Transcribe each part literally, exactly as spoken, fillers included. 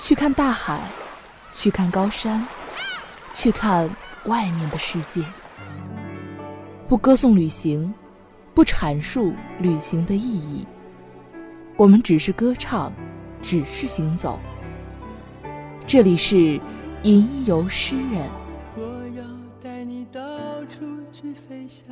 去看大海，去看高山，去看外面的世界。不歌颂旅行，不阐述旅行的意义，我们只是歌唱，只是行走。这里是吟游诗人。 我要带你到处去飞翔。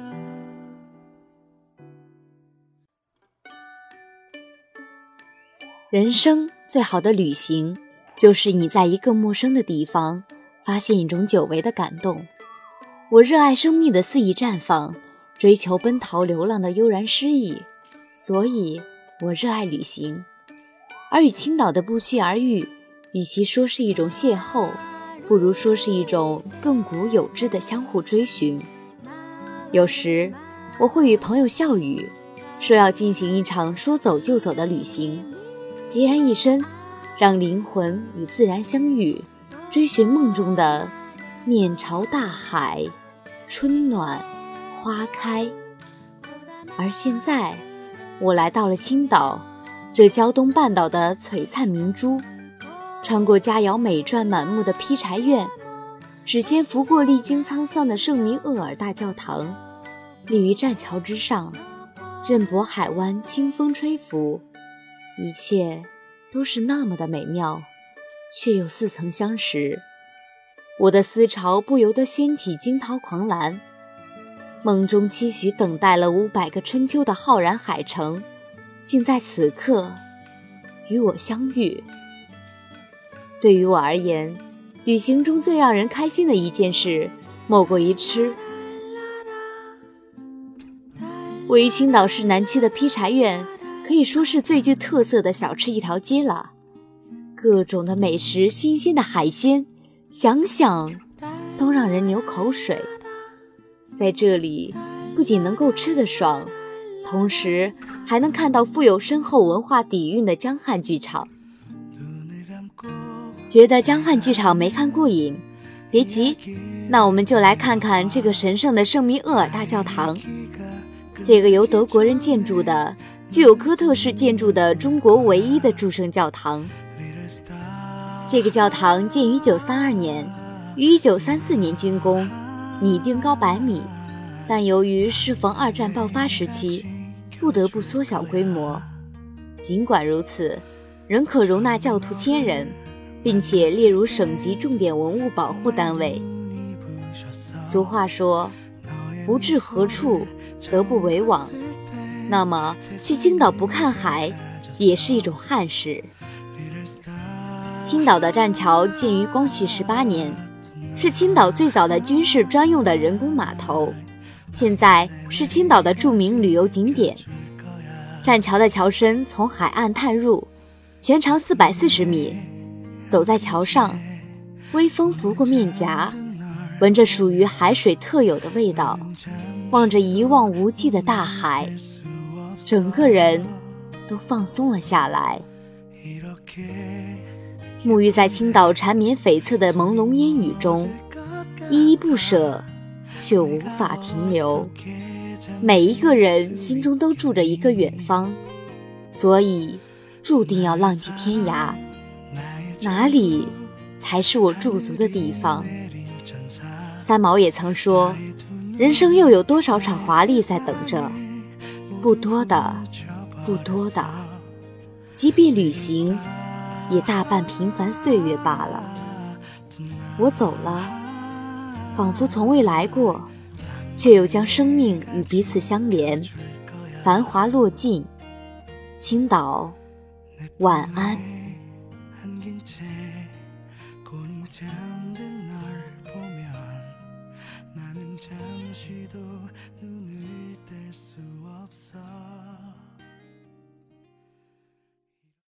人生最好的旅行，就是你在一个陌生的地方发现一种久违的感动。我热爱生命的肆意绽放，追求奔逃流浪的悠然诗意，所以我热爱旅行。而与青岛的不期而遇，与其说是一种邂逅，不如说是一种亘古有之的相互追寻。有时我会与朋友笑语，说要进行一场说走就走的旅行，孑然一身，让灵魂与自然相遇，追寻梦中的面朝大海，春暖花开。而现在我来到了青岛，这胶东半岛的璀璨明珠，穿过佳肴美馔满目的劈柴院，指尖拂过历经沧桑的圣弥厄尔大教堂，立于栈桥之上，任泊海湾清风吹拂，一切都是那么的美妙，却又似曾相识。我的思潮不由得掀起惊涛狂澜，梦中期许等待了五百个春秋的浩然海城，竟在此刻与我相遇。对于我而言，旅行中最让人开心的一件事，莫过于吃。位于青岛市南区的劈柴院，可以说是最具特色的小吃一条街了。各种的美食，新鲜的海鲜，想想都让人流口水。在这里不仅能够吃得爽，同时还能看到富有深厚文化底蕴的江汉剧场。觉得江汉剧场没看过瘾，别急，那我们就来看看这个神圣的圣弥厄尔大教堂。这个由德国人建筑的，具有哥特式建筑的中国唯一的诸圣教堂。这个教堂建于一九三二年，于一九三四年竣工，拟定高百米，但由于适逢二战爆发时期，不得不缩小规模。尽管如此，仍可容纳教徒千人，并且列入省级重点文物保护单位。俗话说，不至何处则不为往，那么去青岛不看海也是一种憾事。青岛的栈桥建于光绪十八年，是青岛最早的军事专用的人工码头，现在是青岛的著名旅游景点。栈桥的桥身从海岸探入，全长四百四十米，走在桥上，微风拂过面颊，闻着属于海水特有的味道，望着一望无际的大海，整个人都放松了下来。沐浴在青岛缠绵悱恻的朦胧烟雨中，依依不舍，却无法停留。每一个人心中都住着一个远方，所以注定要浪迹天涯。哪里才是我驻足的地方？三毛也曾说，人生又有多少场华丽在等着？不多的，不多的。即便旅行，也大半平凡岁月罢了。我走了，仿佛从未来过，却又将生命与彼此相连。繁华落尽，青岛，晚安。 잠시도 눈을 뗄 수 없어